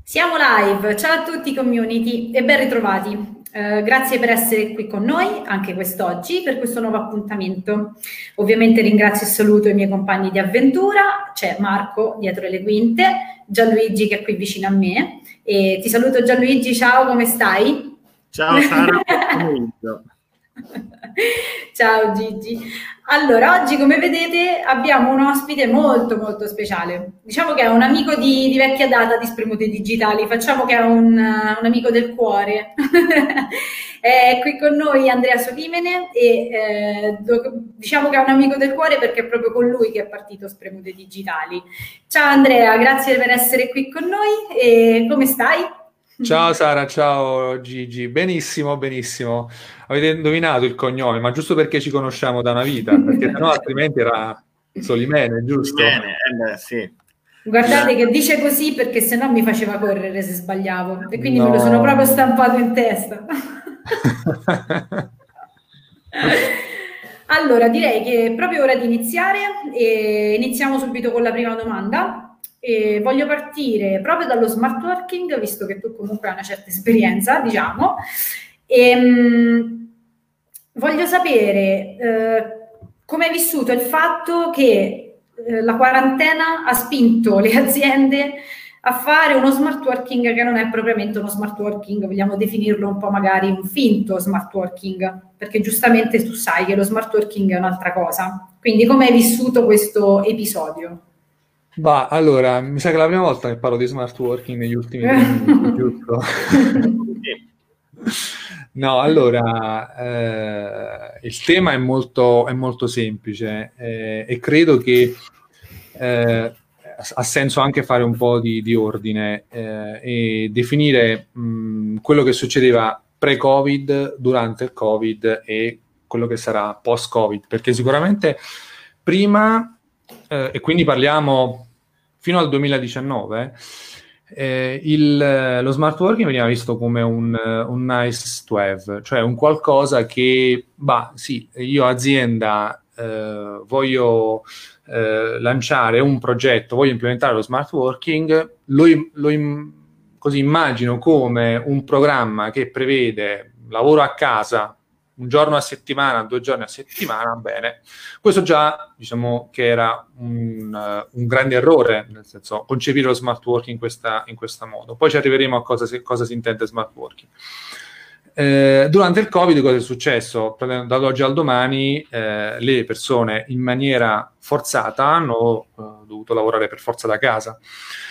Siamo live, ciao a tutti community e ben ritrovati. Grazie per essere qui con noi anche quest'oggi per questo nuovo appuntamento. Ovviamente ringrazio e saluto i miei compagni di avventura, c'è Marco dietro le quinte, Gianluigi che è qui vicino a me e ti saluto Gianluigi, ciao, come stai? Ciao Sara, buon pomeriggio. Ciao Gigi. Allora, oggi come vedete abbiamo un ospite molto speciale. Diciamo che è un amico di vecchia data di Spremute Digitali, facciamo che è un amico del cuore. È qui con noi Andrea Solimene e diciamo che è un amico del cuore perché è proprio con lui che è partito Spremute Digitali. Ciao Andrea, grazie per essere qui con noi e come stai? Ciao Sara, ciao Gigi. Benissimo, benissimo. Avete indovinato il cognome, ma giusto perché ci conosciamo da una vita, perché sennò altrimenti era Solimene, giusto? Bene, sì. Guardate che dice così perché sennò mi faceva correre se sbagliavo e quindi me lo No. sono proprio stampato in testa. Allora, direi che è proprio ora di iniziare e iniziamo subito con la prima domanda. E voglio partire proprio dallo smart working, visto che tu comunque hai una certa esperienza, diciamo. Voglio sapere come hai vissuto il fatto che la quarantena ha spinto le aziende a fare uno smart working che non è propriamente uno smart working, vogliamo definirlo un po' magari un finto smart working, perché giustamente tu sai che lo smart working è un'altra cosa. Quindi come hai vissuto questo episodio? Bah, allora, mi sa che è la prima volta che parlo di smart working negli ultimi 3 minuti, giusto? No, allora, il tema è molto semplice e credo che ha senso anche fare un po' di ordine e definire quello che succedeva pre-Covid, durante il Covid e quello che sarà post-Covid, perché sicuramente prima, e quindi parliamo fino al 2019, lo smart working veniva visto come un nice to have, cioè un qualcosa che, bah, sì, io azienda voglio lanciare un progetto, voglio implementare lo smart working, così immagino come un programma che prevede lavoro a casa un giorno a settimana, 2 giorni a settimana, bene. Questo già, diciamo, che era un grande errore, nel senso, concepire lo smart working in questo modo. Poi ci arriveremo a cosa si intende smart working. Durante il Covid cosa è successo? Dall'oggi al domani le persone in maniera forzata hanno dovuto lavorare per forza da casa.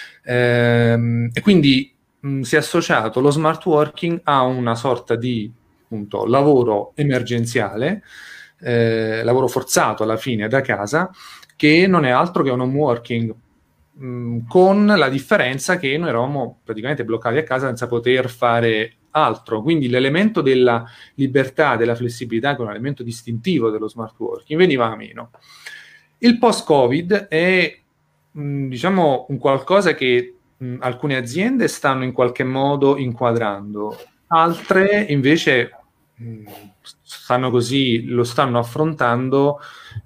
E quindi si è associato lo smart working a una sorta di appunto, lavoro emergenziale, lavoro forzato alla fine da casa, che non è altro che un home working, con la differenza che noi eravamo praticamente bloccati a casa senza poter fare altro. Quindi l'elemento della libertà, della flessibilità, che è un elemento distintivo dello smart working, veniva meno. Il post-Covid è, diciamo, un qualcosa che alcune aziende stanno in qualche modo inquadrando, altre invece lo stanno affrontando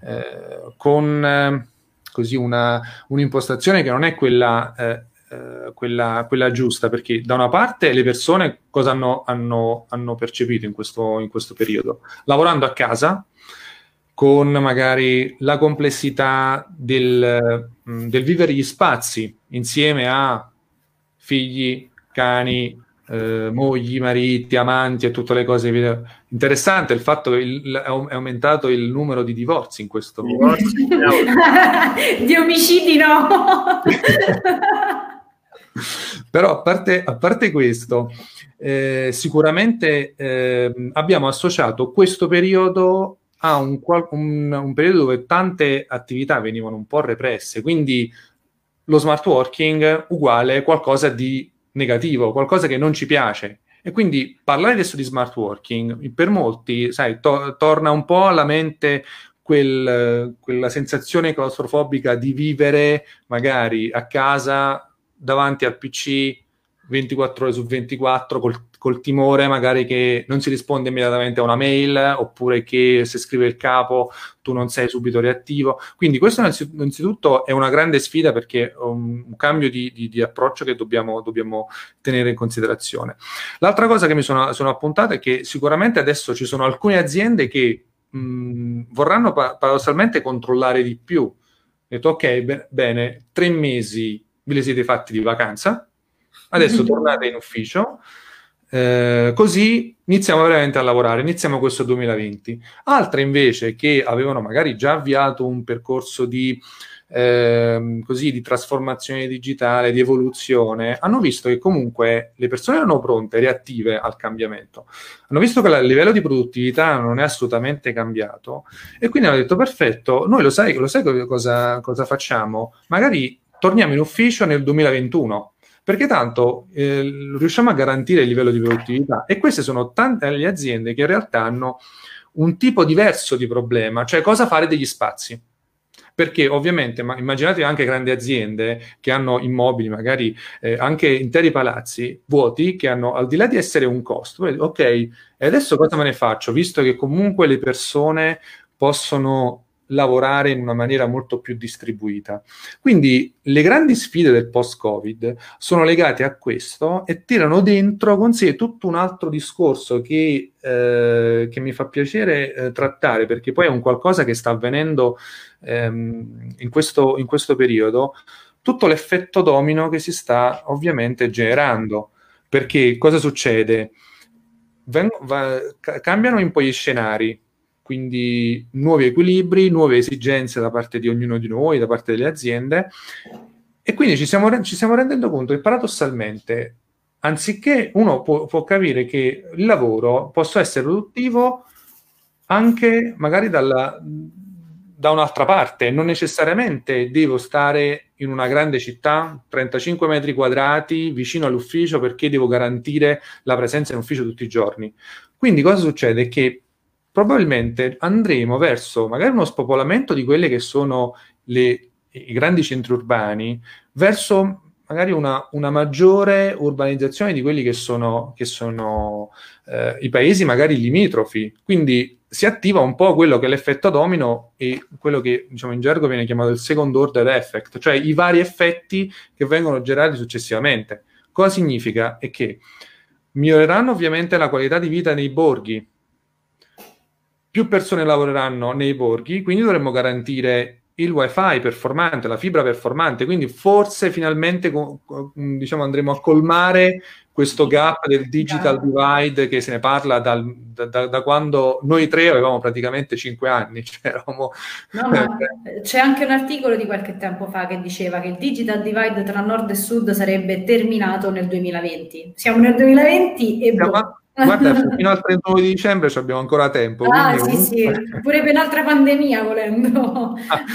con così un'impostazione che non è quella giusta, perché da una parte le persone cosa hanno percepito in questo periodo? Lavorando a casa, con magari la complessità del vivere gli spazi insieme a figli, cani, mogli, mariti, amanti e tutte le cose. Interessante il fatto che è aumentato il numero di divorzi in questo momento. Di omicidi no! Però a parte questo, sicuramente abbiamo associato questo periodo a un periodo dove tante attività venivano un po' represse, quindi lo smart working uguale qualcosa di negativo, qualcosa che non ci piace. E quindi parlare adesso di smart working, per molti, sai, torna un po' alla mente quella sensazione claustrofobica di vivere magari a casa davanti al PC 24 ore su 24 col timore magari che non si risponde immediatamente a una mail, oppure che se scrive il capo tu non sei subito reattivo. Quindi questo innanzitutto è una grande sfida, perché è un cambio di approccio che dobbiamo tenere in considerazione. L'altra cosa che mi sono appuntato è che sicuramente adesso ci sono alcune aziende che vorranno paradossalmente controllare di più. Ho detto ok, bene, 3 mesi ve li siete fatti di vacanza, adesso tornate in ufficio, così iniziamo veramente a lavorare, iniziamo questo 2020. Altre invece che avevano magari già avviato un percorso di trasformazione digitale, di evoluzione, hanno visto che comunque le persone erano pronte, reattive al cambiamento, hanno visto che il livello di produttività non è assolutamente cambiato, e quindi hanno detto perfetto, noi lo sai cosa facciamo? Magari torniamo in ufficio nel 2021, perché tanto riusciamo a garantire il livello di produttività. E queste sono tante le aziende che in realtà hanno un tipo diverso di problema, cioè cosa fare degli spazi. Perché ovviamente, immaginate anche grandi aziende che hanno immobili, magari anche interi palazzi vuoti, che hanno, al di là di essere un costo, ok, e adesso cosa me ne faccio? Visto che comunque le persone possono lavorare in una maniera molto più distribuita. Quindi le grandi sfide del post-Covid sono legate a questo e tirano dentro con sé tutto un altro discorso che mi fa piacere trattare, perché poi è un qualcosa che sta avvenendo in questo periodo, tutto l'effetto domino che si sta ovviamente generando. Perché cosa succede? Cambiano un po' gli scenari, quindi nuovi equilibri, nuove esigenze da parte di ognuno di noi, da parte delle aziende, e quindi ci stiamo rendendo conto che paradossalmente, anziché uno può capire che il lavoro possa essere produttivo anche magari da un'altra parte, non necessariamente devo stare in una grande città, 35 metri quadrati, vicino all'ufficio, perché devo garantire la presenza in ufficio tutti i giorni. Quindi cosa succede? Che probabilmente andremo verso magari uno spopolamento di quelle che sono i grandi centri urbani, verso magari una maggiore urbanizzazione di quelli che sono i paesi magari limitrofi. Quindi si attiva un po' quello che è l'effetto domino e quello che, diciamo, in gergo viene chiamato il second order effect, cioè i vari effetti che vengono generati successivamente. Cosa significa? È che miglioreranno ovviamente la qualità di vita nei borghi, più persone lavoreranno nei borghi, quindi dovremmo garantire il wifi performante, la fibra performante, quindi forse finalmente diciamo, andremo a colmare questo gap del digital divide che se ne parla da quando noi tre avevamo praticamente 5 anni. Cioè eravamo... No, ma c'è anche un articolo di qualche tempo fa che diceva che il digital divide tra nord e sud sarebbe terminato nel 2020. Siamo nel 2020 e guarda, fino al 31 di dicembre abbiamo ancora tempo. Ah, sì, pure per un'altra pandemia volendo.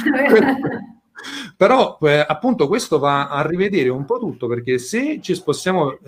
Però appunto questo va a rivedere un po' tutto, perché se ci spostiamo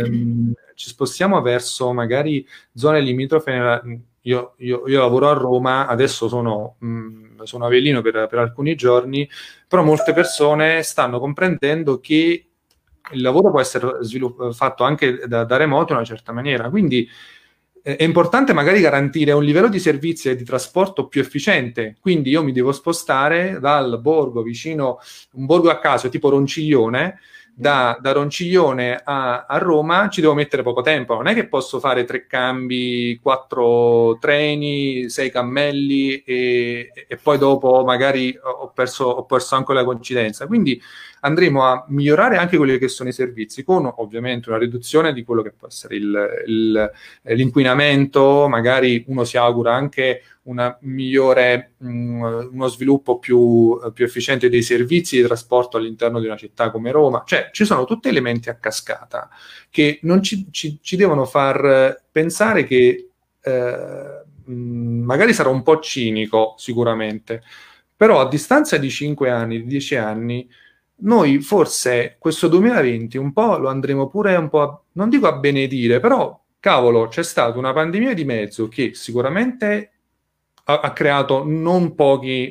verso magari zone limitrofe, io lavoro a Roma, adesso sono a Avellino per alcuni giorni, però molte persone stanno comprendendo che il lavoro può essere fatto anche da remoto in una certa maniera, quindi è importante magari garantire un livello di servizi e di trasporto più efficiente. Quindi io mi devo spostare dal borgo vicino, un borgo a caso tipo Ronciglione, da Ronciglione a Roma ci devo mettere poco tempo, non è che posso fare 3 cambi, 4 treni, 6 cammelli e poi dopo magari ho perso anche la coincidenza. Quindi andremo a migliorare anche quelli che sono i servizi, con ovviamente una riduzione di quello che può essere l'inquinamento, magari uno si augura anche una migliore, uno sviluppo più efficiente dei servizi di trasporto all'interno di una città come Roma. Cioè ci sono tutti elementi a cascata che non ci devono far pensare che magari sarà un po' cinico sicuramente, però a distanza di 5 anni, di 10 anni, noi forse questo 2020 un po' lo andremo pure un po' non dico a benedire, però cavolo, c'è stata una pandemia di mezzo che sicuramente ha creato non pochi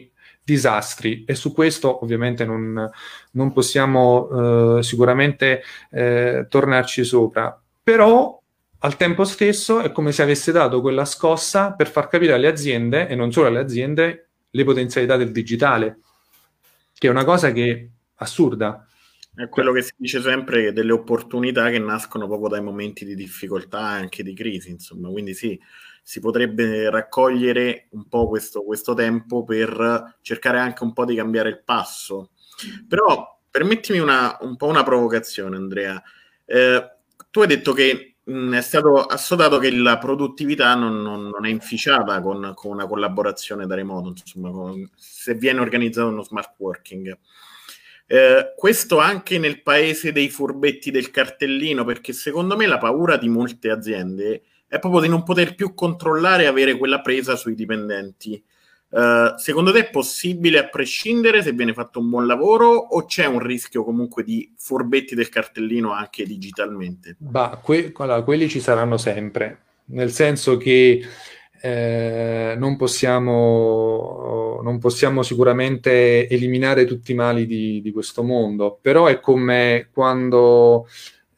disastri, e su questo ovviamente non possiamo sicuramente tornarci sopra, però al tempo stesso è come se avesse dato quella scossa per far capire alle aziende, e non solo alle aziende, le potenzialità del digitale, che è una cosa che è assurda. È quello che si dice sempre, delle opportunità che nascono proprio dai momenti di difficoltà e anche di crisi, insomma. Quindi sì, si potrebbe raccogliere un po' questo tempo per cercare anche un po' di cambiare il passo. Però permettimi un po' una provocazione, Andrea. Tu hai detto che è stato assodato che la produttività non è inficiata con una collaborazione da remoto, insomma, se viene organizzato uno smart working. Questo anche nel paese dei furbetti del cartellino, perché secondo me la paura di molte aziende è proprio di non poter più controllare e avere quella presa sui dipendenti. Secondo te è possibile a prescindere se viene fatto un buon lavoro, o c'è un rischio comunque di furbetti del cartellino anche digitalmente? Bah, allora, quelli ci saranno sempre, nel senso che non possiamo sicuramente eliminare tutti i mali di questo mondo, però è come quando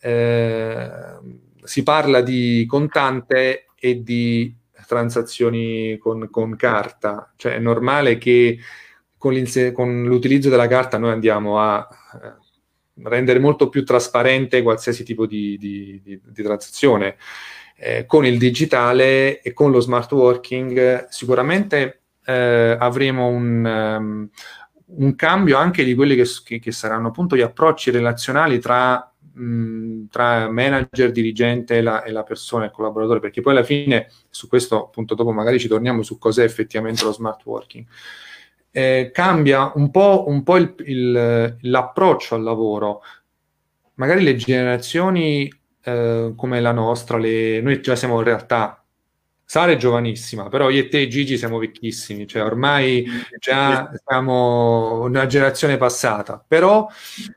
si parla di contante e di transazioni con carta, cioè è normale che con l'utilizzo della carta noi andiamo a rendere molto più trasparente qualsiasi tipo di transazione. Con il digitale e con lo smart working sicuramente avremo un cambio anche di quelli che saranno appunto gli approcci relazionali tra manager, dirigente e la persona, il collaboratore, perché poi alla fine, su questo appunto dopo magari ci torniamo su cos'è effettivamente lo smart working. Cambia un po' l'approccio al lavoro. Magari le generazioni come la nostra, noi già siamo in realtà, Sara è giovanissima, però io e te, Gigi, siamo vecchissimi, cioè ormai già siamo una generazione passata, però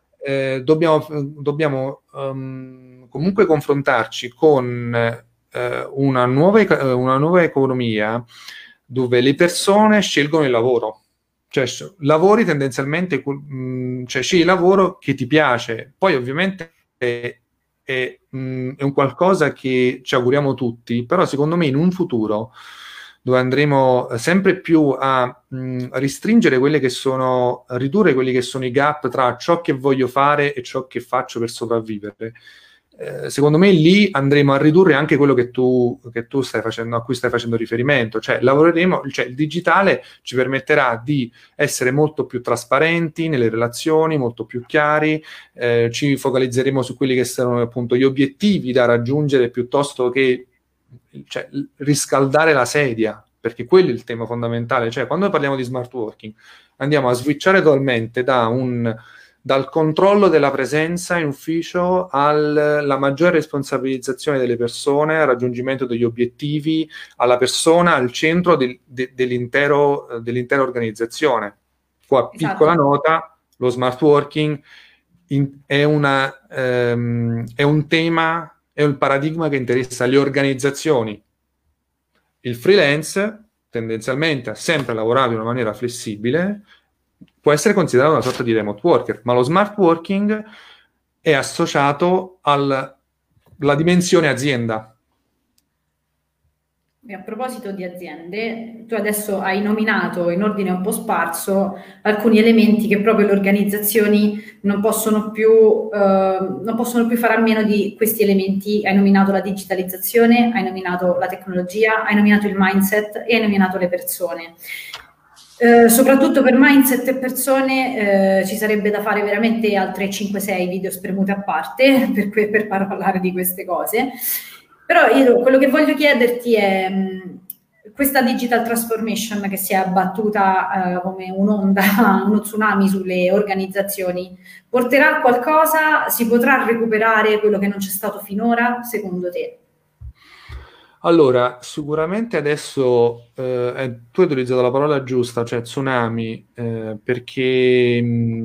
dobbiamo comunque confrontarci con una nuova economia dove le persone scelgono il lavoro. Cioè, lavori tendenzialmente, cioè scegli il lavoro che ti piace, poi ovviamente è un qualcosa che ci auguriamo tutti, però secondo me in un futuro dove andremo sempre più a ridurre quelli che sono i gap tra ciò che voglio fare e ciò che faccio per sopravvivere. Secondo me lì andremo a ridurre anche quello che tu stai facendo, a cui stai facendo riferimento, cioè il digitale ci permetterà di essere molto più trasparenti nelle relazioni, molto più chiari, ci focalizzeremo su quelli che saranno appunto gli obiettivi da raggiungere piuttosto che riscaldare la sedia, perché quello è il tema fondamentale, cioè quando parliamo di smart working andiamo a switchare totalmente dal controllo della presenza in ufficio alla maggiore responsabilizzazione delle persone, al raggiungimento degli obiettivi, alla persona al centro dell'intera organizzazione. Qua, piccola nota, lo smart working è un tema, è un paradigma che interessa le organizzazioni. Il freelance tendenzialmente ha sempre lavorato in una maniera flessibile, può essere considerato una sorta di remote worker, ma lo smart working è associato alla dimensione azienda. E a proposito di aziende, tu adesso hai nominato in ordine un po' sparso alcuni elementi che proprio le organizzazioni non possono più fare a meno di questi elementi. Hai nominato la digitalizzazione, hai nominato la tecnologia, hai nominato il mindset e hai nominato le persone. Soprattutto per mindset e persone ci sarebbe da fare veramente altre 5-6 video spremute a parte per parlare di queste cose. Però io quello che voglio chiederti è questa digital transformation che si è abbattuta come un'onda, uno tsunami sulle organizzazioni, porterà a qualcosa? Si potrà recuperare quello che non c'è stato finora, secondo te? Allora, sicuramente adesso tu hai utilizzato la parola giusta, cioè tsunami, perché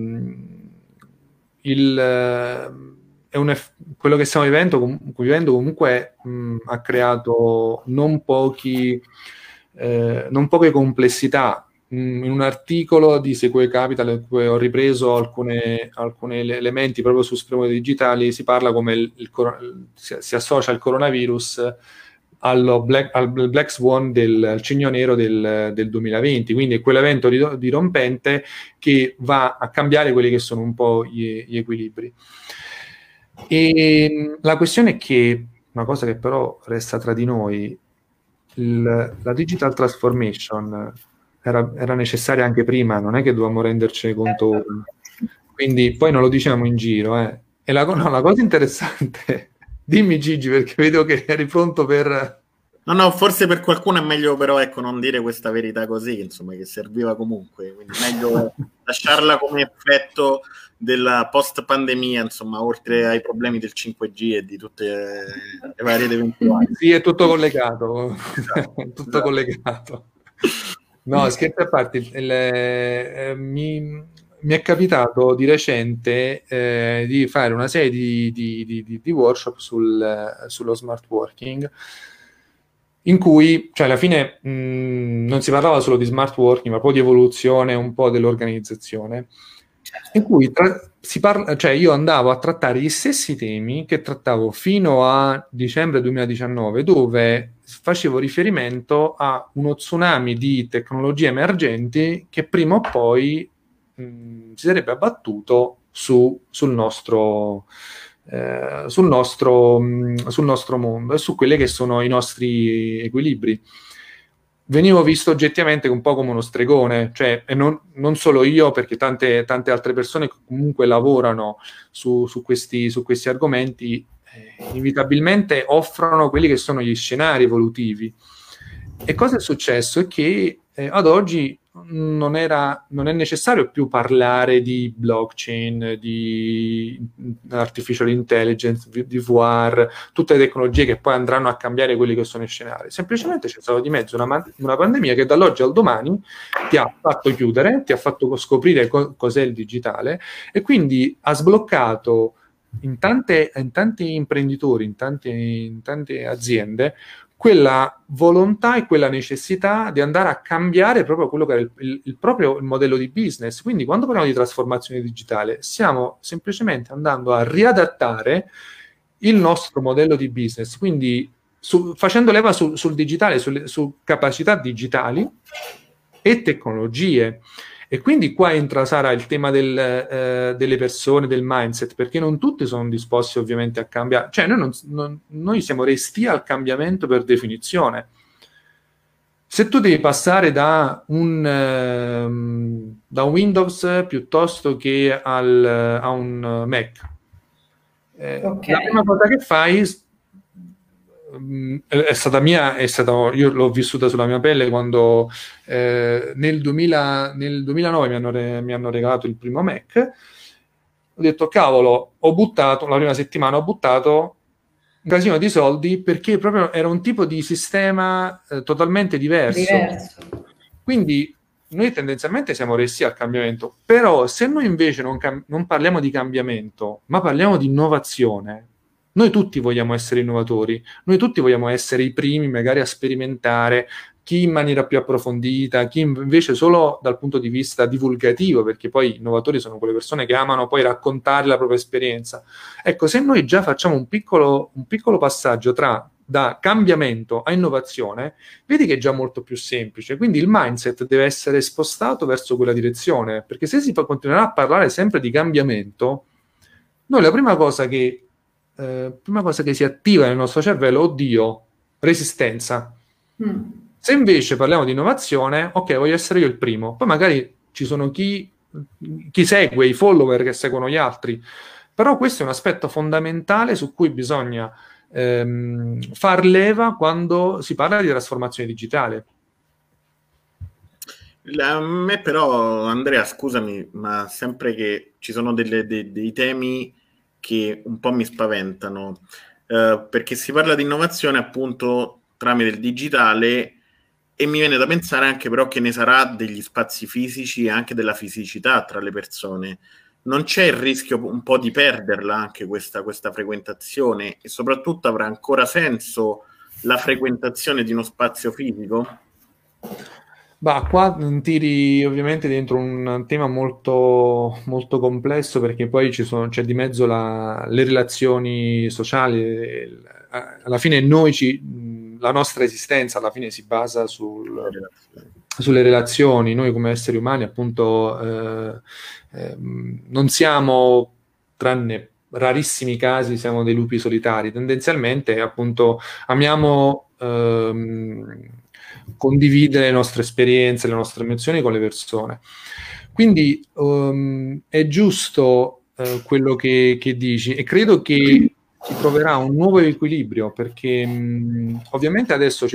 quello che stiamo vivendo comunque ha creato non poche complessità in un articolo di Sequoia Capital in cui ho ripreso alcuni elementi proprio su spremute digitali, si parla come si associa il coronavirus al Black Swan, al cigno nero del 2020, quindi è quell'evento dirompente che va a cambiare quelli che sono un po' gli equilibri. E la questione è che una cosa che però resta tra di noi, la digital transformation era necessaria anche prima, non è che dovevamo rendercene conto. Quindi poi non lo diciamo in giro. E la cosa interessante, dimmi Gigi, perché vedo che eri pronto per... No, forse per qualcuno è meglio però, ecco, non dire questa verità così, insomma, che serviva comunque, quindi meglio lasciarla come effetto della post-pandemia, insomma, oltre ai problemi del 5G e di tutte le varie eventuali. Sì, è tutto collegato, tutto collegato. No, scherzi a parte, mi è capitato di recente di fare una serie di workshop sullo smart working, in cui, cioè, alla fine non si parlava solo di smart working, ma poi di evoluzione un po' dell'organizzazione, in cui cioè io andavo a trattare gli stessi temi che trattavo fino a dicembre 2019, dove facevo riferimento a uno tsunami di tecnologie emergenti che prima o poi si sarebbe abbattuto sul nostro mondo e su quelli che sono i nostri equilibri. Venivo visto oggettivamente un po' come uno stregone, cioè, e non solo io, perché tante altre persone che comunque lavorano su questi argomenti inevitabilmente offrono quelli che sono gli scenari evolutivi. E cosa è successo? È che ad oggi non è necessario più parlare di blockchain, di artificial intelligence, di VR, tutte le tecnologie che poi andranno a cambiare quelli che sono i scenari. Semplicemente c'è stato di mezzo una pandemia che dall'oggi al domani ti ha fatto chiudere, ti ha fatto scoprire cos'è il digitale e quindi ha sbloccato in tanti imprenditori, in tante aziende, quella volontà e quella necessità di andare a cambiare proprio quello che era il modello di business. Quindi quando parliamo di trasformazione digitale stiamo semplicemente andando a riadattare il nostro modello di business, quindi facendo leva sul digitale, su capacità digitali e tecnologie. E quindi qua entra, Sara, il tema delle persone, del mindset, perché non tutti sono disposti ovviamente a cambiare. Cioè noi siamo resti al cambiamento per definizione. Se tu devi passare da un Windows piuttosto che a un Mac, okay, la prima cosa che fai io l'ho vissuta sulla mia pelle quando nel 2009 mi hanno regalato il primo Mac. Ho detto cavolo, la prima settimana ho buttato un casino di soldi perché proprio era un tipo di sistema totalmente diverso. Quindi noi tendenzialmente siamo resti al cambiamento, però se noi invece non parliamo di cambiamento ma parliamo di innovazione, noi tutti vogliamo essere innovatori, noi tutti vogliamo essere i primi magari a sperimentare, chi in maniera più approfondita, chi invece solo dal punto di vista divulgativo, perché poi i innovatori sono quelle persone che amano poi raccontare la propria esperienza. Ecco, se noi già facciamo un piccolo passaggio da cambiamento a innovazione, vedi che è già molto più semplice. Quindi il mindset deve essere spostato verso quella direzione, perché se si continuerà a parlare sempre di cambiamento, noi la prima cosa che si attiva nel nostro cervello, oddio, resistenza. Se invece parliamo di innovazione, ok, voglio essere io il primo, poi magari ci sono chi segue, i follower che seguono gli altri, però questo è un aspetto fondamentale su cui bisogna far leva quando si parla di trasformazione digitale. A me però, Andrea, scusami, ma sempre che ci sono dei temi che un po' mi spaventano, perché si parla di innovazione appunto tramite il digitale e mi viene da pensare anche però che ne sarà degli spazi fisici e anche della fisicità tra le persone. Non c'è il rischio un po' di perderla anche questa frequentazione, e soprattutto avrà ancora senso la frequentazione di uno spazio fisico? Bah, qua tiri ovviamente dentro un tema molto, molto complesso, perché poi c'è di mezzo le relazioni sociali. Alla fine la nostra esistenza alla fine si basa sulle relazioni. Noi come esseri umani appunto non siamo, tranne rarissimi casi, siamo dei lupi solitari. Tendenzialmente appunto amiamo condividere le nostre esperienze, le nostre emozioni con le persone. Quindi è giusto quello che dici, e credo che si troverà un nuovo equilibrio, perché ovviamente adesso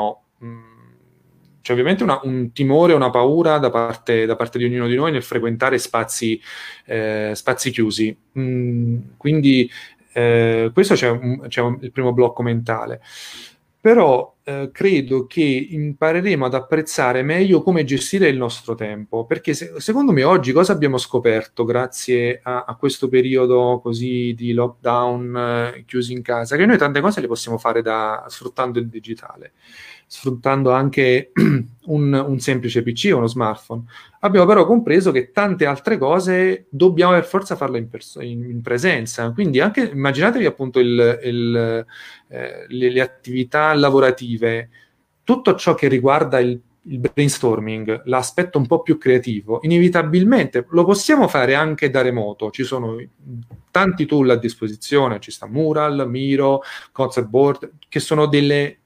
c'è ovviamente un timore, una paura da parte di ognuno di noi nel frequentare spazi chiusi. Quindi questo c'è il primo blocco mentale. Però credo che impareremo ad apprezzare meglio come gestire il nostro tempo, perché secondo me oggi cosa abbiamo scoperto grazie a questo periodo così di lockdown, chiusi in casa? Che noi tante cose le possiamo fare sfruttando il digitale, sfruttando anche un semplice PC o uno smartphone. Abbiamo però compreso che tante altre cose dobbiamo per forza farle in presenza. Quindi anche immaginatevi appunto le attività lavorative, tutto ciò che riguarda il brainstorming, l'aspetto un po' più creativo, inevitabilmente lo possiamo fare anche da remoto. Ci sono tanti tool a disposizione, ci sta Mural, Miro, Concept Board, che sono dei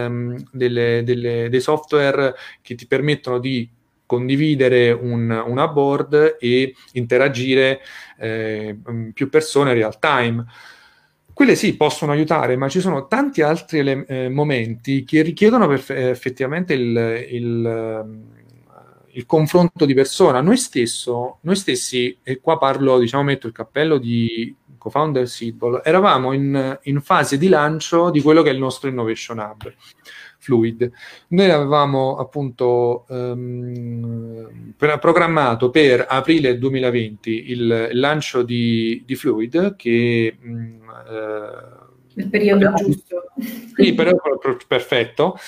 software che ti permettono di condividere una board e interagire più persone in real time. Quelle sì, possono aiutare, ma ci sono tanti altri momenti che richiedono effettivamente il confronto di persona. Noi stessi, e qua parlo, diciamo, metto il cappello di co-founder Seedball, eravamo in fase di lancio di quello che è il nostro Innovation Hub, Fluid. Noi avevamo appunto programmato per aprile 2020 il lancio di Fluid, che il periodo giusto. Sì, però perfetto.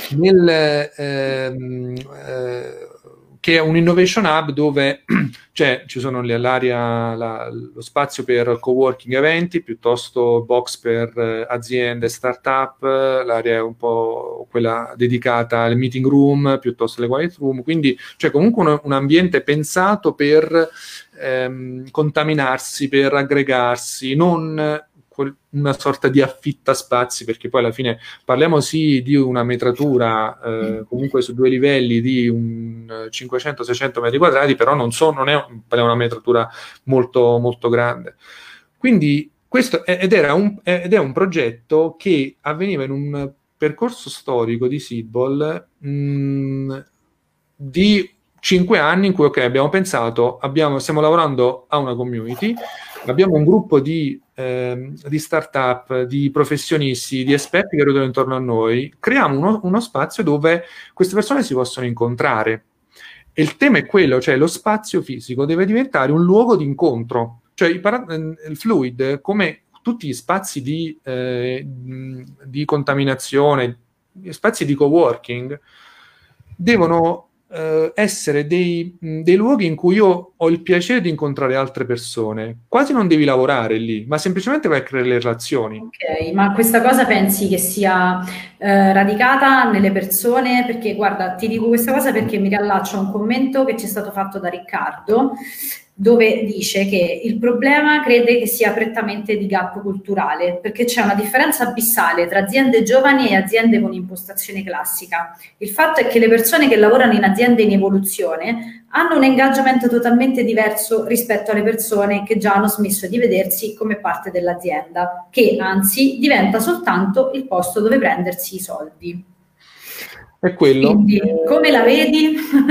Che è un innovation hub dove ci sono l'area, lo spazio per coworking eventi, piuttosto box per aziende, startup, l'area è un po' quella dedicata al meeting room, piuttosto alle quiet room, quindi c'è comunque un ambiente pensato per contaminarsi, per aggregarsi, non una sorta di affitta-spazi, perché poi alla fine parliamo sì di una metratura comunque su 2 livelli di un 500-600 metri quadrati, però non è una metratura molto, molto grande. Quindi questo è un progetto che avveniva in un percorso storico di Seedball di 5 anni in cui abbiamo pensato, stiamo lavorando a una community, abbiamo un gruppo di startup, di professionisti, di esperti che ruotano intorno a noi, creiamo uno spazio dove queste persone si possono incontrare. E il tema è quello, cioè lo spazio fisico deve diventare un luogo di incontro. Cioè il Fluid, come tutti gli spazi di contaminazione, gli spazi di coworking, devono essere dei luoghi in cui io ho il piacere di incontrare altre persone. Quasi non devi lavorare lì, ma semplicemente vai a creare le relazioni. Ok, ma questa cosa pensi che sia radicata nelle persone? Perché guarda, ti dico questa cosa perché mi riallaccio a un commento che ci è stato fatto da Riccardo, dove dice che il problema crede che sia prettamente di gap culturale, perché c'è una differenza abissale tra aziende giovani e aziende con impostazione classica. Il fatto è che le persone che lavorano in aziende in evoluzione hanno un engagement totalmente diverso rispetto alle persone che già hanno smesso di vedersi come parte dell'azienda, che anzi diventa soltanto il posto dove prendersi i soldi. È quello. Quindi, come la vedi?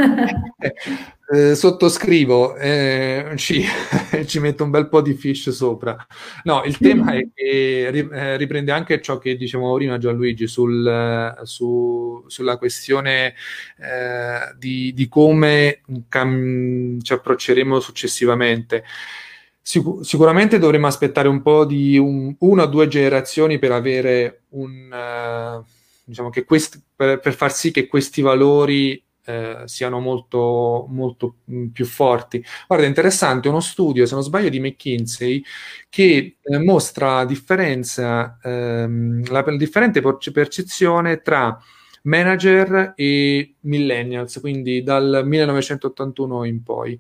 Sottoscrivo, ci metto un bel po' di fish sopra. No, il tema è che riprende anche ciò che dicevamo prima, Gianluigi, sulla questione di come ci approcceremo successivamente. Sicuramente dovremo aspettare un po' di 1 o 2 generazioni per avere diciamo che per far sì che questi valori siano molto, molto più forti. Guarda, è interessante uno studio, se non sbaglio, di McKinsey che mostra la differenza, la differente percezione tra manager e millennials, quindi dal 1981 in poi.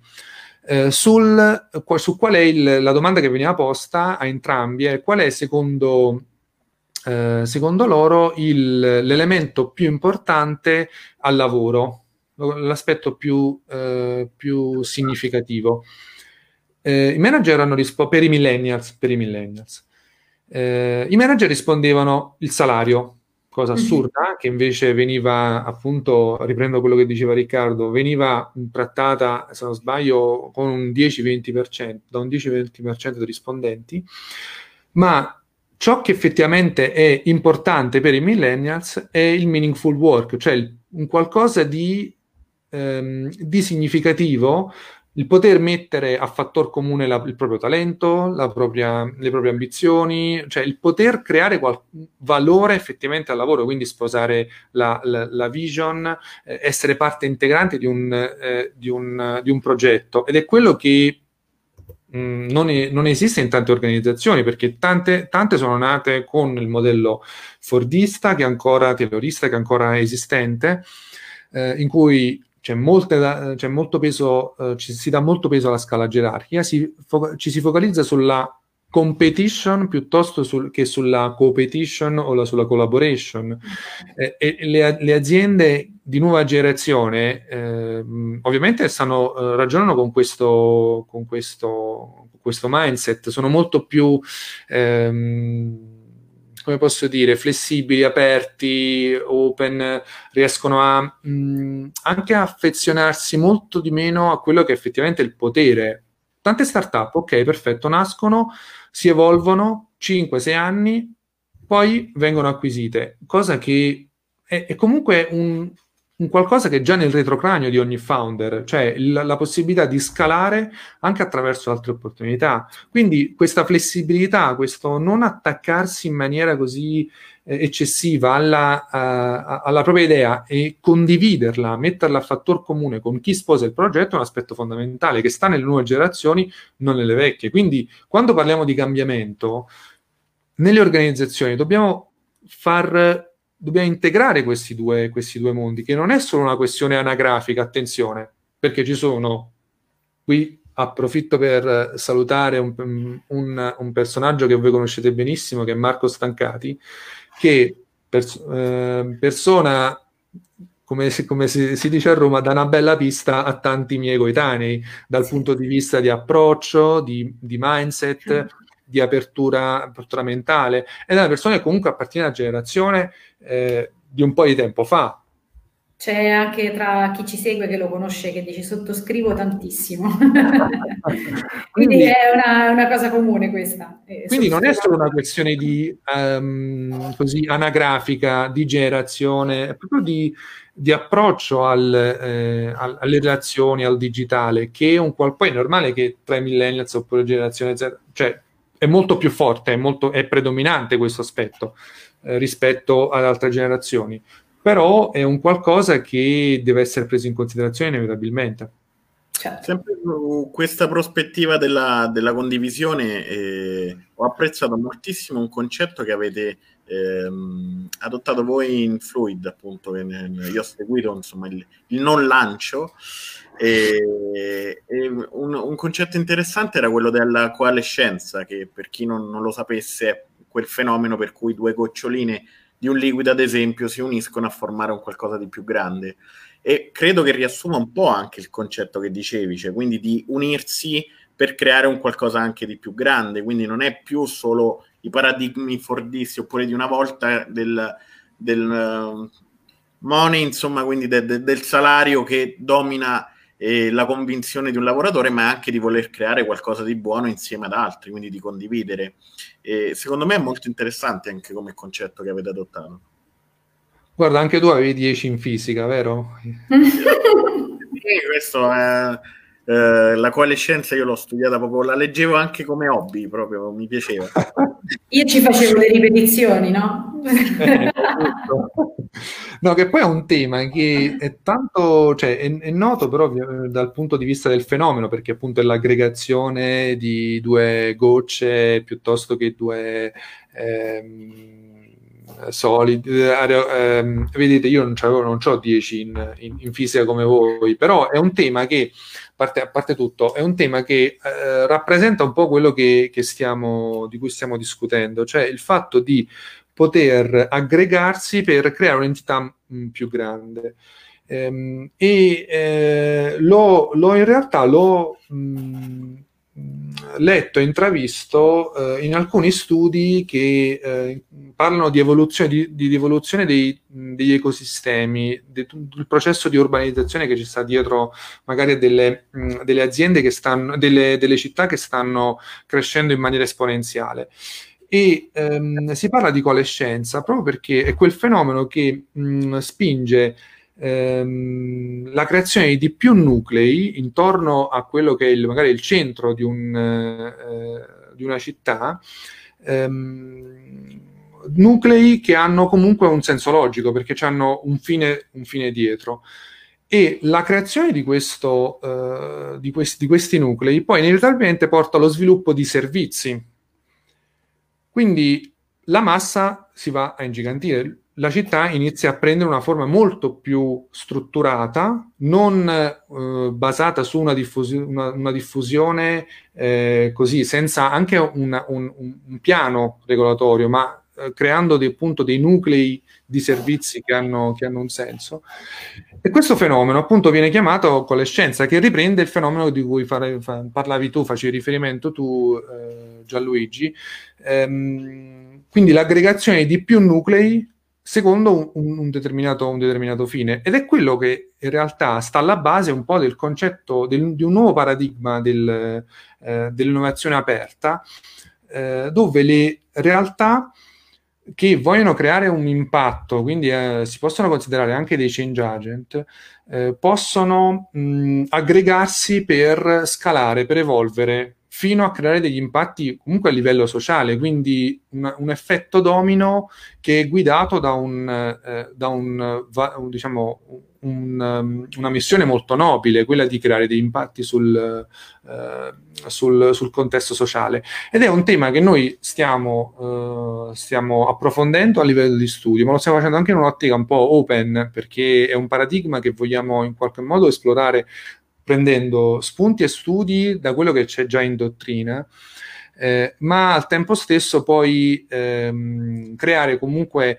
Su qual è la domanda che veniva posta a entrambi è qual è secondo loro l'elemento più importante al lavoro, l'aspetto più significativo. I manager hanno risposto per i millennials. I manager rispondevano il salario, cosa assurda, che invece veniva, appunto, riprendo quello che diceva Riccardo, veniva trattata, se non sbaglio, con un 10-20%, da un 10-20% dei rispondenti, ma ciò che effettivamente è importante per i millennials è il meaningful work, cioè un qualcosa di significativo, il poter mettere a fattor comune il proprio talento, le proprie ambizioni, cioè il poter creare valore effettivamente al lavoro, quindi sposare la vision, essere parte integrante di un progetto. Ed è quello che non esiste in tante organizzazioni, perché tante sono nate con il modello fordista, taylorista, che è ancora esistente, in cui c'è molto peso, si dà molto peso alla scala gerarchica, ci si focalizza sulla competition piuttosto che sulla competition o sulla collaboration. E le aziende di nuova generazione ovviamente ragionano con questo mindset, sono molto più come posso dire, flessibili, aperti, open, riescono anche a affezionarsi molto di meno a quello che è effettivamente il potere. Tante start-up, ok, perfetto, nascono, si evolvono, 5-6 anni, poi vengono acquisite, cosa che è comunque un qualcosa che è già nel retrocranio di ogni founder, cioè la possibilità di scalare anche attraverso altre opportunità. Quindi questa flessibilità, questo non attaccarsi in maniera così eccessiva alla propria idea e condividerla, metterla a fattor comune con chi sposa il progetto è un aspetto fondamentale che sta nelle nuove generazioni, non nelle vecchie. Quindi quando parliamo di cambiamento, nelle organizzazioni dobbiamo integrare questi due mondi, che non è solo una questione anagrafica, attenzione, perché ci sono, qui approfitto per salutare un personaggio che voi conoscete benissimo, che è Marco Stancati, che persona, come si dice a Roma, dà una bella pista a tanti miei coetanei, dal punto di vista di approccio, di mindset, di apertura mentale, ed è una persona che comunque appartiene alla generazione di un po' di tempo fa. C'è anche tra chi ci segue che lo conosce che dice sottoscrivo tantissimo. Quindi è una cosa comune questa. Quindi non è solo una questione di così anagrafica, di generazione, è proprio di approccio alle relazioni, al digitale, che è poi è normale che tra i millennials oppure generazione Z, cioè è molto più forte, è predominante questo aspetto rispetto ad altre generazioni, però è un qualcosa che deve essere preso in considerazione inevitabilmente. Sempre questa prospettiva della condivisione, ho apprezzato moltissimo un concetto che avete adottato voi in Fluid, appunto, che io ho seguito, insomma, il non lancio, e un concetto interessante era quello della coalescenza, che per chi non lo sapesse è quel fenomeno per cui due goccioline di un liquido, ad esempio, si uniscono a formare un qualcosa di più grande. E credo che riassuma un po' anche il concetto che dicevi, cioè quindi di unirsi per creare un qualcosa anche di più grande. Quindi non è più solo i paradigmi fordisti oppure di una volta del money, insomma, quindi del salario che domina la convinzione di un lavoratore, ma anche di voler creare qualcosa di buono insieme ad altri, quindi di condividere. E secondo me è molto interessante anche come concetto che avete adottato. Guarda, anche tu avevi 10 in fisica, vero? Questo è la coalescenza, io l'ho studiata proprio, la leggevo anche come hobby, proprio mi piaceva. Io ci facevo le ripetizioni, no? No, che poi è un tema che è tanto, cioè è noto però dal punto di vista del fenomeno, perché appunto è l'aggregazione di due gocce piuttosto che due solidi. Vedete, io non c'ho 10 in fisica come voi, però è un tema che, a parte tutto, è un tema che rappresenta un po' quello di cui stiamo discutendo, cioè il fatto di poter aggregarsi per creare un'entità più grande. In realtà l'ho letto e intravisto in alcuni studi che parlano di evoluzione, di evoluzione degli ecosistemi, del processo di urbanizzazione che ci sta dietro magari a delle aziende che stanno, delle città che stanno crescendo in maniera esponenziale. E si parla di coalescenza proprio perché è quel fenomeno che spinge la creazione di più nuclei intorno a quello che è magari il centro di una città, nuclei che hanno comunque un senso logico perché hanno un fine dietro. E la creazione di questi nuclei poi inevitabilmente porta allo sviluppo di servizi. Quindi la massa si va a ingigantire, la città inizia a prendere una forma molto più strutturata, non basata su una diffusione così, senza anche un piano regolatorio, ma creando appunto dei nuclei di servizi che hanno un senso. E questo fenomeno appunto viene chiamato coalescenza, che riprende il fenomeno di cui parlavi tu, facevi riferimento tu, Gianluigi. Quindi l'aggregazione di più nuclei secondo un determinato fine, ed è quello che in realtà sta alla base un po' del concetto di un nuovo paradigma dell'innovazione aperta, dove le realtà che vogliono creare un impatto, quindi si possono considerare anche dei change agent, possono aggregarsi per scalare, per evolvere, fino a creare degli impatti comunque a livello sociale, quindi un effetto domino che è guidato da una missione molto nobile, quella di creare degli impatti sul contesto sociale. Ed è un tema che noi stiamo approfondendo a livello di studio, ma lo stiamo facendo anche in un'ottica un po' open, perché è un paradigma che vogliamo in qualche modo esplorare prendendo spunti e studi da quello che c'è già in dottrina, ma al tempo stesso poi creare comunque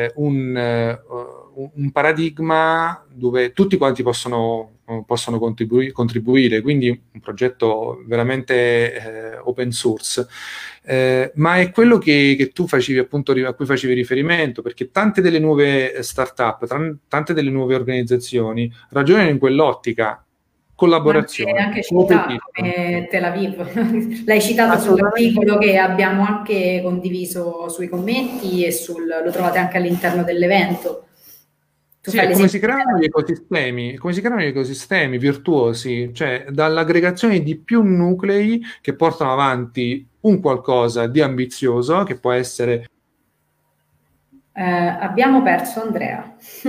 un paradigma dove tutti quanti possono contribuire, quindi un progetto veramente open source. Ma è quello che tu facevi appunto, a cui facevi riferimento, perché tante delle nuove start-up, tante delle nuove organizzazioni ragionano in quell'ottica. Collaborazione. Anche città come Tel Aviv. L'hai citato sull'articolo che abbiamo anche condiviso sui commenti e lo trovate anche all'interno dell'evento. Sì, come si creano gli ecosistemi virtuosi, cioè dall'aggregazione di più nuclei che portano avanti un qualcosa di ambizioso che può essere... abbiamo perso Andrea. È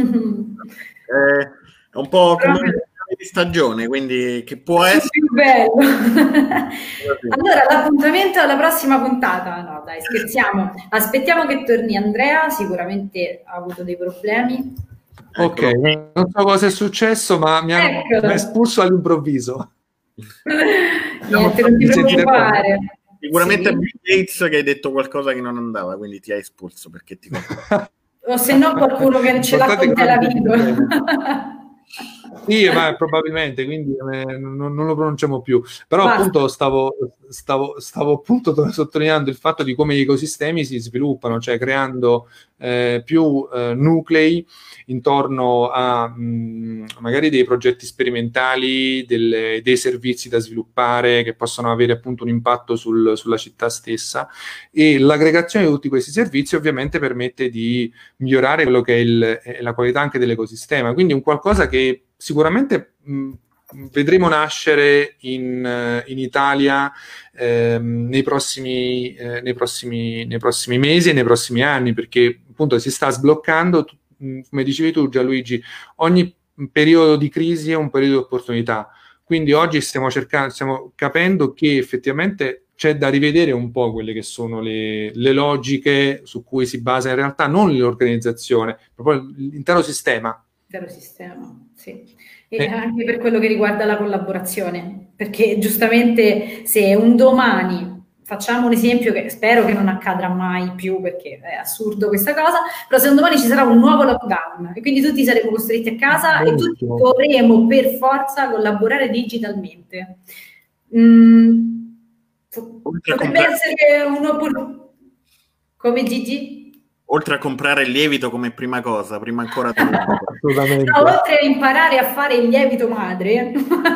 un po' come di stagione, quindi che può essere più bello. Allora, l'appuntamento alla prossima puntata. No, dai, scherziamo. Aspettiamo che torni Andrea, sicuramente ha avuto dei problemi. Ok, non so cosa è successo, ma mi ha espulso all'improvviso. Niente, non ti preoccupare. Sicuramente Bill Gates che hai detto qualcosa che non andava, quindi ti ha espulso perché ti o se no qualcuno che ce l'ha con Tel Aviv. Sì, ma probabilmente, quindi non lo pronunciamo più. Però appunto stavo appunto sottolineando il fatto di come gli ecosistemi si sviluppano, cioè creando più nuclei intorno a magari dei progetti sperimentali, dei servizi da sviluppare che possono avere appunto un impatto sulla città stessa, e l'aggregazione di tutti questi servizi ovviamente permette di migliorare quello che è la qualità anche dell'ecosistema, quindi un qualcosa che sicuramente vedremo nascere in Italia nei prossimi mesi e nei prossimi anni, perché appunto si sta sbloccando, come dicevi tu Gianluigi, ogni periodo di crisi è un periodo di opportunità. Quindi oggi stiamo capendo che effettivamente c'è da rivedere un po' quelle che sono le logiche su cui si basa in realtà non l'organizzazione, proprio l'intero sistema. L'intero sistema, sì. E anche per quello che riguarda la collaborazione, perché giustamente se un domani, facciamo un esempio che spero che non accadrà mai più perché è assurdo questa cosa, però se un domani ci sarà un nuovo lockdown e quindi tutti saremo costretti a casa e tutti dovremo per forza collaborare digitalmente. Potrebbe essere un'opportunità. Come Gigi? Oltre a comprare il lievito come prima cosa, prima ancora di assolutamente. No, oltre a imparare a fare il lievito madre,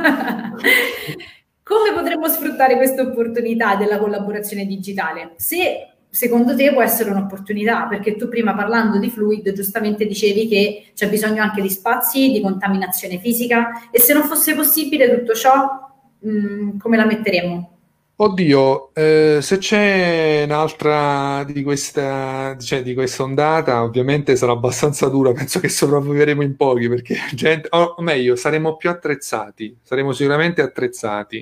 come potremmo sfruttare questa opportunità della collaborazione digitale? Se secondo te può essere un'opportunità, perché tu prima parlando di fluid giustamente dicevi che c'è bisogno anche di spazi, di contaminazione fisica, e se non fosse possibile tutto ciò, come la metteremo? Oddio, se c'è un'altra di questa ondata, ovviamente sarà abbastanza dura, penso che sopravviveremo in pochi, perché o meglio, saremo più attrezzati, saremo sicuramente attrezzati,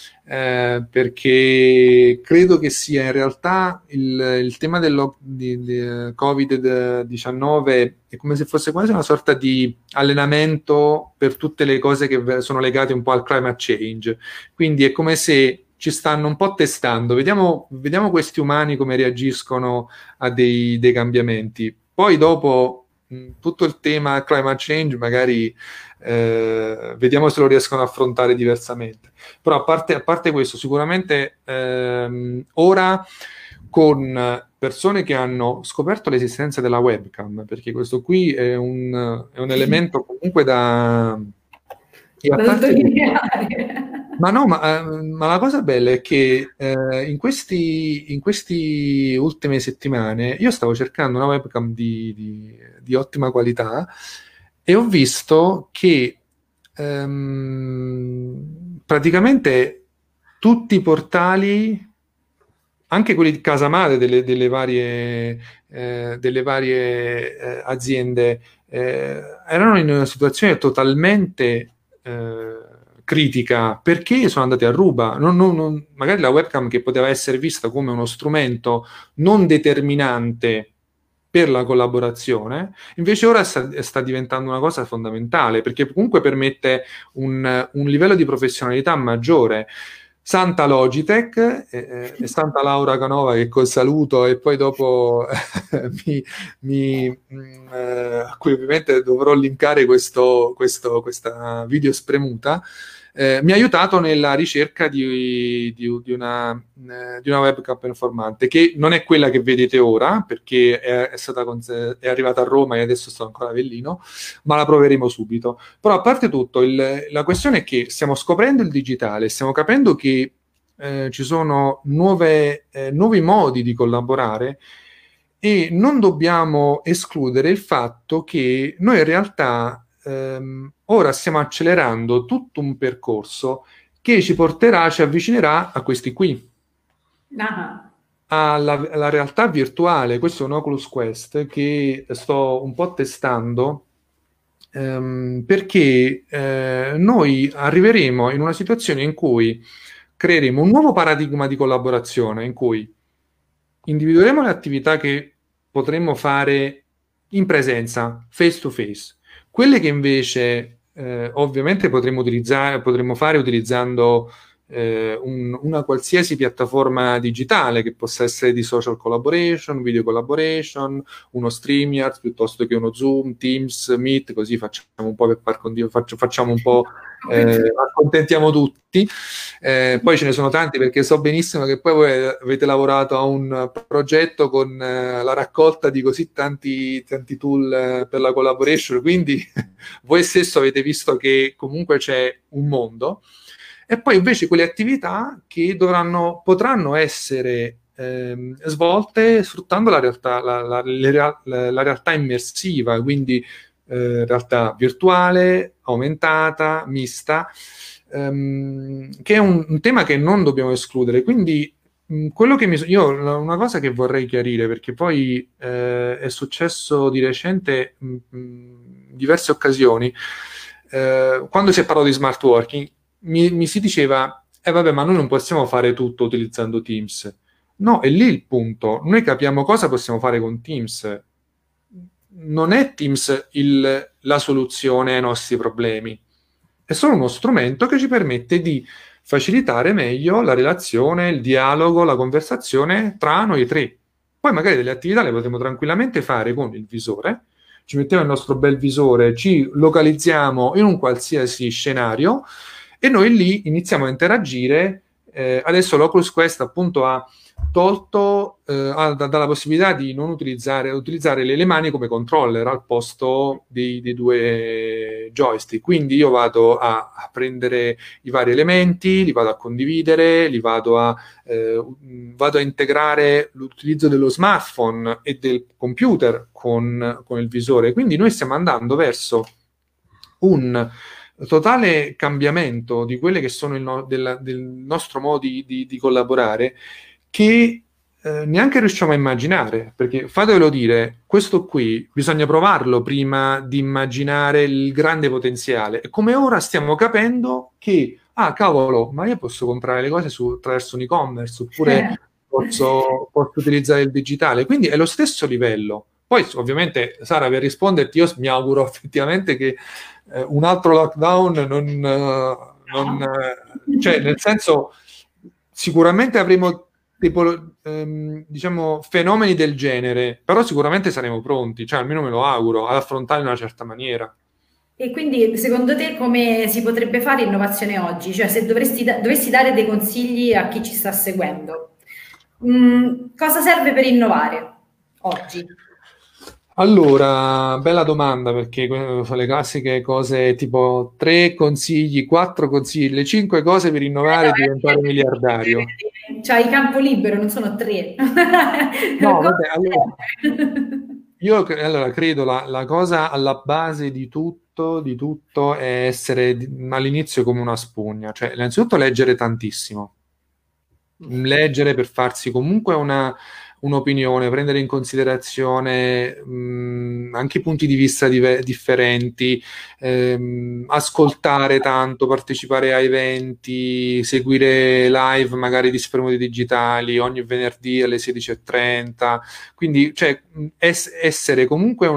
perché credo che sia in realtà il tema di Covid-19 è come se fosse quasi una sorta di allenamento per tutte le cose che sono legate un po' al climate change, quindi è come se ci stanno un po' testando, vediamo questi umani come reagiscono a dei cambiamenti. Poi dopo tutto il tema climate change magari vediamo se lo riescono a affrontare diversamente. Però a parte questo, sicuramente ora con persone che hanno scoperto l'esistenza della webcam, perché questo qui è un elemento comunque da sottolineare. Ma no, ma la cosa bella è che in questi ultime settimane io stavo cercando una webcam di ottima qualità e ho visto che praticamente tutti i portali, anche quelli di casa madre delle varie aziende, erano in una situazione totalmente critica, perché sono andati a ruba. Magari la webcam, che poteva essere vista come uno strumento non determinante per la collaborazione, invece ora sta diventando una cosa fondamentale, perché comunque permette un livello di professionalità maggiore. Santa Logitech e Santa Laura Canova, che saluto, e poi dopo a cui ovviamente dovrò linkare questa video spremuta, mi ha aiutato nella ricerca di una webcam performante, che non è quella che vedete ora, perché è arrivata a Roma e adesso sto ancora a Avellino, ma la proveremo subito. Però a parte tutto, la questione è che stiamo scoprendo il digitale, stiamo capendo che ci sono nuovi modi di collaborare, e non dobbiamo escludere il fatto che noi in realtà ora stiamo accelerando tutto un percorso che ci avvicinerà a questi qui, alla realtà virtuale. Questo è un Oculus Quest che sto un po' testando, perché noi arriveremo in una situazione in cui creeremo un nuovo paradigma di collaborazione, in cui individueremo le attività che potremmo fare in presenza, face to face, quelle che invece ovviamente potremmo fare utilizzando una qualsiasi piattaforma digitale, che possa essere di social collaboration, video collaboration, uno StreamYard piuttosto che uno Zoom, Teams, Meet, così facciamo un po' per par condiviso, facciamo un po', accontentiamo tutti. Poi ce ne sono tanti, perché so benissimo che poi voi avete lavorato a un progetto con la raccolta di così tanti tool per la collaboration, quindi voi stesso avete visto che comunque c'è un mondo. E poi invece quelle attività che potranno essere svolte sfruttando la realtà immersiva, quindi realtà virtuale, aumentata, mista, che è un tema che non dobbiamo escludere. Quindi quello che io una cosa che vorrei chiarire, perché poi è successo di recente in diverse occasioni, quando si è parlato di smart working, mi si diceva, vabbè, ma noi non possiamo fare tutto utilizzando Teams. No, è lì il punto. Noi capiamo cosa possiamo fare con Teams. Non è Teams la soluzione ai nostri problemi. È solo uno strumento che ci permette di facilitare meglio la relazione, il dialogo, la conversazione tra noi tre. Poi magari delle attività le potremo tranquillamente fare con il visore, ci mettiamo il nostro bel visore, ci localizziamo in un qualsiasi scenario e noi lì iniziamo a interagire. Adesso l'Oculus Quest appunto ha tolto dalla possibilità di non utilizzare le mani come controller al posto dei due joystick. Quindi io vado a prendere i vari elementi, li vado a condividere, vado a integrare l'utilizzo dello smartphone e del computer con il visore. Quindi noi stiamo andando verso un totale cambiamento di quelle che sono del nostro modo di collaborare, che neanche riusciamo a immaginare, perché fatevelo dire, questo qui bisogna provarlo prima di immaginare il grande potenziale. E come ora stiamo capendo che, cavolo, ma io posso comprare le cose attraverso un e-commerce, oppure posso utilizzare il digitale, quindi è lo stesso livello. Poi ovviamente, Sara, per risponderti, io mi auguro effettivamente che un altro lockdown cioè, nel senso, sicuramente avremo diciamo fenomeni del genere, però sicuramente saremo pronti, cioè almeno me lo auguro, ad affrontarli in una certa maniera. E quindi secondo te come si potrebbe fare innovazione oggi? Cioè se dovessi dare dei consigli a chi ci sta seguendo, cosa serve per innovare oggi? Allora, bella domanda, perché sono le classiche cose tipo 3 consigli, 4 consigli, le 5 cose per innovare e diventare miliardario. C'hai campo libero, non sono 3. No, vabbè, io credo la cosa alla base di tutto è essere all'inizio come una spugna, cioè innanzitutto leggere tantissimo, leggere per farsi comunque un'opinione, prendere in considerazione anche punti di vista differenti, ascoltare tanto, partecipare a eventi, seguire live magari di Spremuti Digitali ogni venerdì alle 16:30, quindi cioè, essere comunque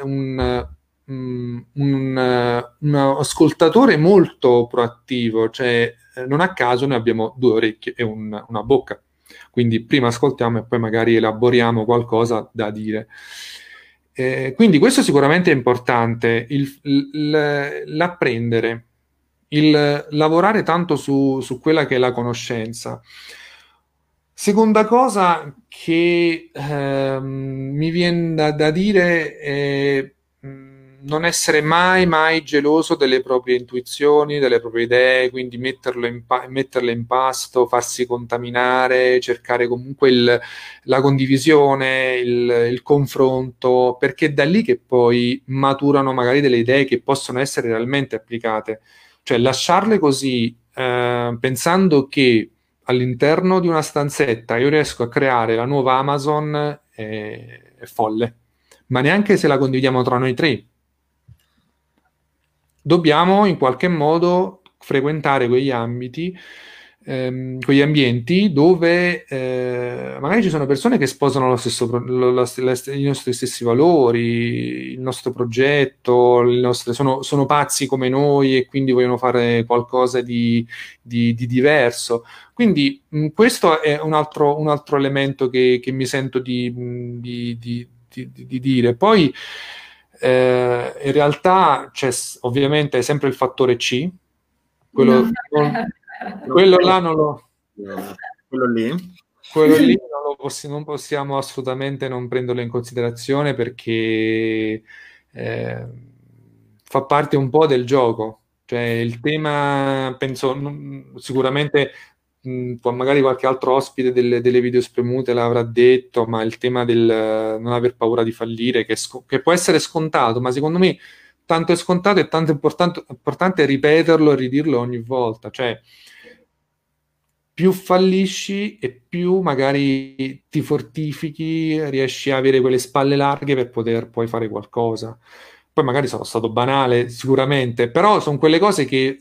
un ascoltatore molto proattivo, cioè non a caso noi abbiamo 2 orecchie e una bocca. Quindi prima ascoltiamo e poi magari elaboriamo qualcosa da dire. Quindi questo sicuramente è importante, l'apprendere, il lavorare tanto su quella che è la conoscenza. Seconda cosa che mi viene da dire è non essere mai geloso delle proprie intuizioni, delle proprie idee, quindi metterle in pasto, farsi contaminare, cercare comunque la condivisione, il confronto, perché è da lì che poi maturano magari delle idee che possono essere realmente applicate. Cioè lasciarle così, pensando che all'interno di una stanzetta io riesco a creare la nuova Amazon, è folle. Ma neanche se la condividiamo tra noi tre. Dobbiamo in qualche modo frequentare quegli ambiti, quegli ambienti dove magari ci sono persone che sposano i nostri stessi valori, il nostro progetto, sono pazzi come noi e quindi vogliono fare qualcosa di diverso. Quindi questo è un altro elemento che mi sento di dire. Poi in realtà c'è ovviamente sempre il fattore C, quello là non lo... Quello lì non possiamo assolutamente non prenderlo in considerazione, perché fa parte un po' del gioco. Cioè il tema, penso, sicuramente magari qualche altro ospite delle video spremute l'avrà detto, ma il tema del non aver paura di fallire, che può essere scontato, ma secondo me tanto è scontato e tanto è importante ripeterlo e ridirlo ogni volta. Cioè, più fallisci e più magari ti fortifichi, riesci a avere quelle spalle larghe per poter poi fare qualcosa. Poi magari sono stato banale, sicuramente, però sono quelle cose che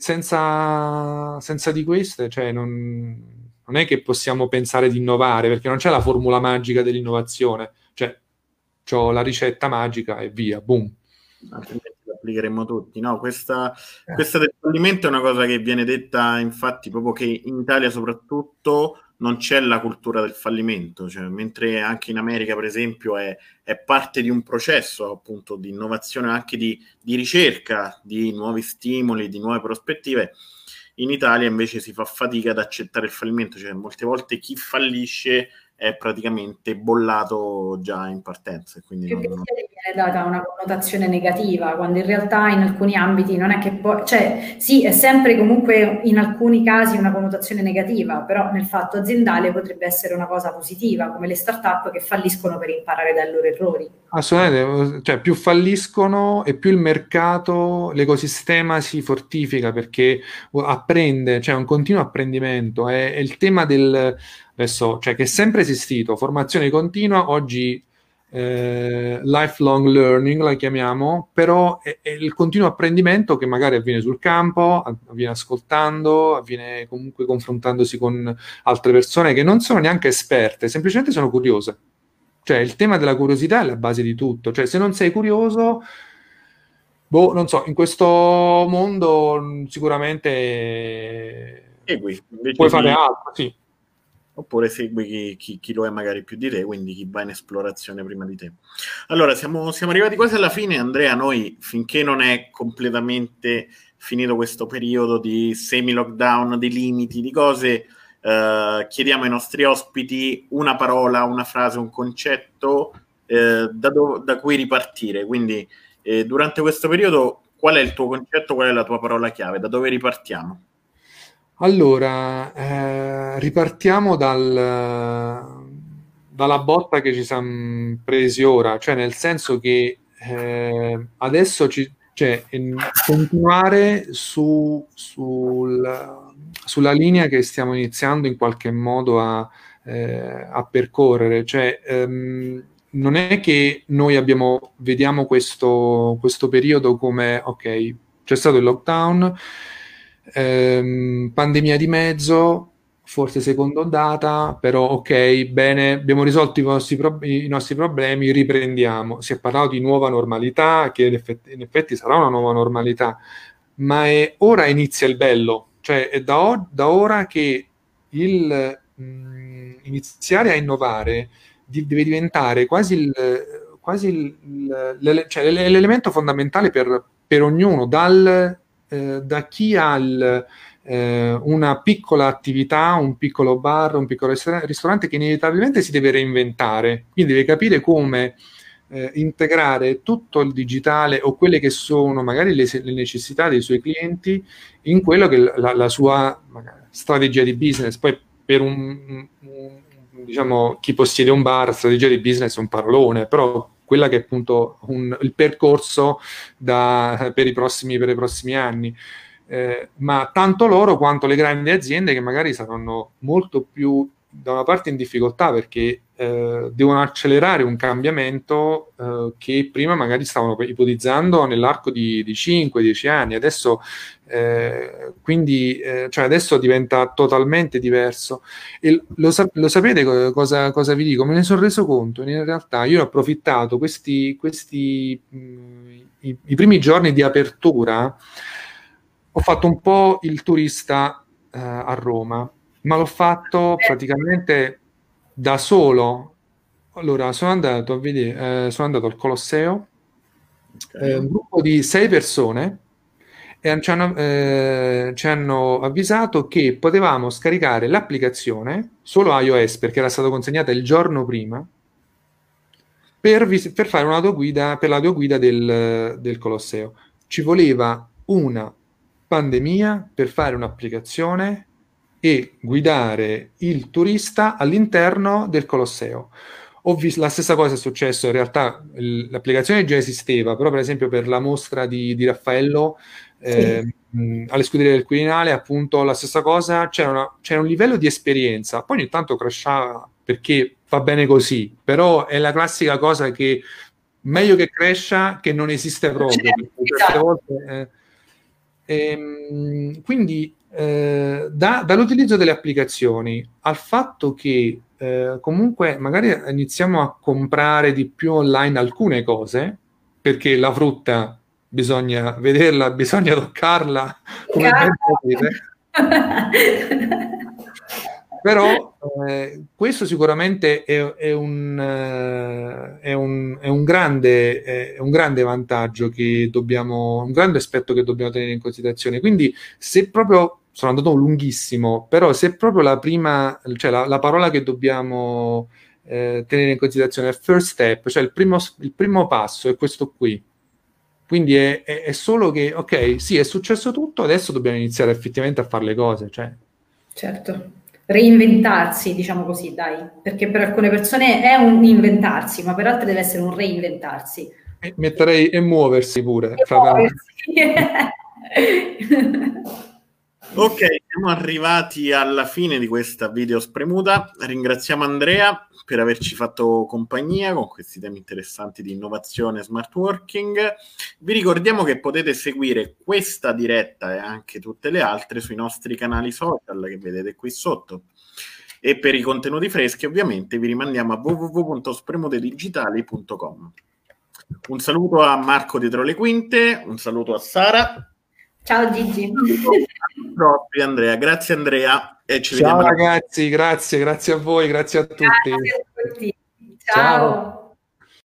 senza di queste, cioè non è che possiamo pensare di innovare, perché non c'è la formula magica dell'innovazione, cioè c'ho la ricetta magica e via, boom. Altrimenti lo applicheremmo tutti. No, questa del fallimento è una cosa che viene detta, infatti, proprio che in Italia soprattutto non c'è la cultura del fallimento, cioè, mentre anche in America, per esempio, è parte di un processo appunto di innovazione, anche di ricerca di nuovi stimoli, di nuove prospettive. In Italia invece si fa fatica ad accettare il fallimento, cioè molte volte chi fallisce è praticamente bollato già in partenza. Quindi Più che sia gli viene data una connotazione negativa, quando in realtà in alcuni ambiti non è che poi, cioè sì, è sempre comunque in alcuni casi una connotazione negativa, però nel fatto aziendale potrebbe essere una cosa positiva, come le start-up che falliscono per imparare dai loro errori. Assolutamente, cioè più falliscono e più il mercato, l'ecosistema si fortifica perché apprende, cioè un continuo apprendimento. È il tema del adesso, cioè che è sempre esistito, formazione continua, oggi lifelong learning la chiamiamo, però è il continuo apprendimento che magari avviene sul campo, avviene ascoltando, avviene comunque confrontandosi con altre persone che non sono neanche esperte, semplicemente sono curiose. Cioè, il tema della curiosità è la base di tutto. Cioè, se non sei curioso, boh, non so, in questo mondo sicuramente segui, puoi fare altro, sì. Oppure segui chi lo è magari più di te, quindi chi va in esplorazione prima di te. Allora, siamo arrivati quasi alla fine, Andrea. Noi, finché non è completamente finito questo periodo di semi-lockdown, di limiti, di cose, chiediamo ai nostri ospiti una parola, una frase, un concetto da cui ripartire. Quindi, durante questo periodo, qual è il tuo concetto, qual è la tua parola chiave? Da dove ripartiamo? Allora, ripartiamo dalla botta che ci siamo presi ora, cioè nel senso che adesso cioè, continuare sulla linea che stiamo iniziando in qualche modo a percorrere, cioè non è che noi vediamo questo periodo come ok, c'è stato il lockdown, pandemia di mezzo, forse seconda ondata, però ok, bene, abbiamo risolto i nostri problemi, riprendiamo. Si è parlato di nuova normalità, che in effetti sarà una nuova normalità, ma ora inizia il bello, cioè è da ora che iniziare a innovare deve diventare quasi cioè, l'elemento fondamentale per ognuno, da chi ha una piccola attività, un piccolo bar, un piccolo ristorante che inevitabilmente si deve reinventare, quindi deve capire come integrare tutto il digitale o quelle che sono magari le necessità dei suoi clienti in quello che è la sua strategia di business. Poi per diciamo, chi possiede un bar, strategia di business è un parolone, però quella che è appunto il percorso per i prossimi anni. Ma tanto loro quanto le grandi aziende che magari saranno molto più da una parte in difficoltà perché devono accelerare un cambiamento che prima magari stavano ipotizzando nell'arco di 5-10 anni, adesso quindi cioè adesso diventa totalmente diverso. E lo sapete cosa vi dico? Me ne sono reso conto. In realtà io ho approfittato i primi giorni di apertura, ho fatto un po' il turista a Roma, ma l'ho fatto praticamente da solo. Allora, sono andato a vedere, sono andato al Colosseo, un gruppo di 6 persone, e ci hanno avvisato che potevamo scaricare l'applicazione solo iOS perché era stata consegnata il giorno prima per fare un'autoguida per l'audioguida del Colosseo. Ci voleva una pandemia per fare un'applicazione e guidare il turista all'interno del Colosseo. La stessa cosa è successo, in realtà l'applicazione già esisteva, però per esempio per la mostra di Raffaello alle scuderie del Quirinale, appunto, la stessa cosa, c'era un livello di esperienza, poi ogni tanto crashava perché va bene così, però è la classica cosa che meglio che crescia che non esiste proprio, perché certe volte, quindi dall'utilizzo delle applicazioni al fatto che comunque magari iniziamo a comprare di più online alcune cose, perché la frutta bisogna vederla, bisogna toccarla, come ben sapete. Però questo sicuramente è un grande vantaggio che dobbiamo, un grande aspetto che dobbiamo tenere in considerazione. Quindi se proprio, sono andato lunghissimo, però se proprio la prima, cioè la parola che dobbiamo tenere in considerazione è first step, cioè il primo passo è questo qui. Quindi è solo che, ok, sì, è successo tutto, adesso dobbiamo iniziare effettivamente a fare le cose. Cioè. Certo. Reinventarsi, diciamo così, dai, perché per alcune persone è un inventarsi, ma per altre deve essere un reinventarsi. Metterei e muoversi pure. Ok, siamo arrivati alla fine di questa video spremuta. Ringraziamo Andrea per averci fatto compagnia con questi temi interessanti di innovazione e smart working. Vi ricordiamo che potete seguire questa diretta e anche tutte le altre sui nostri canali social che vedete qui sotto. E per i contenuti freschi, ovviamente, vi rimandiamo a www.spremutedigitali.com. Un saluto a Marco dietro le quinte, un saluto a Sara. Ciao Gigi. Proprio Andrea, grazie Andrea. E ci Ciao vediamo ragazzi, grazie a voi, grazie a tutti. Grazie a tutti. Ciao.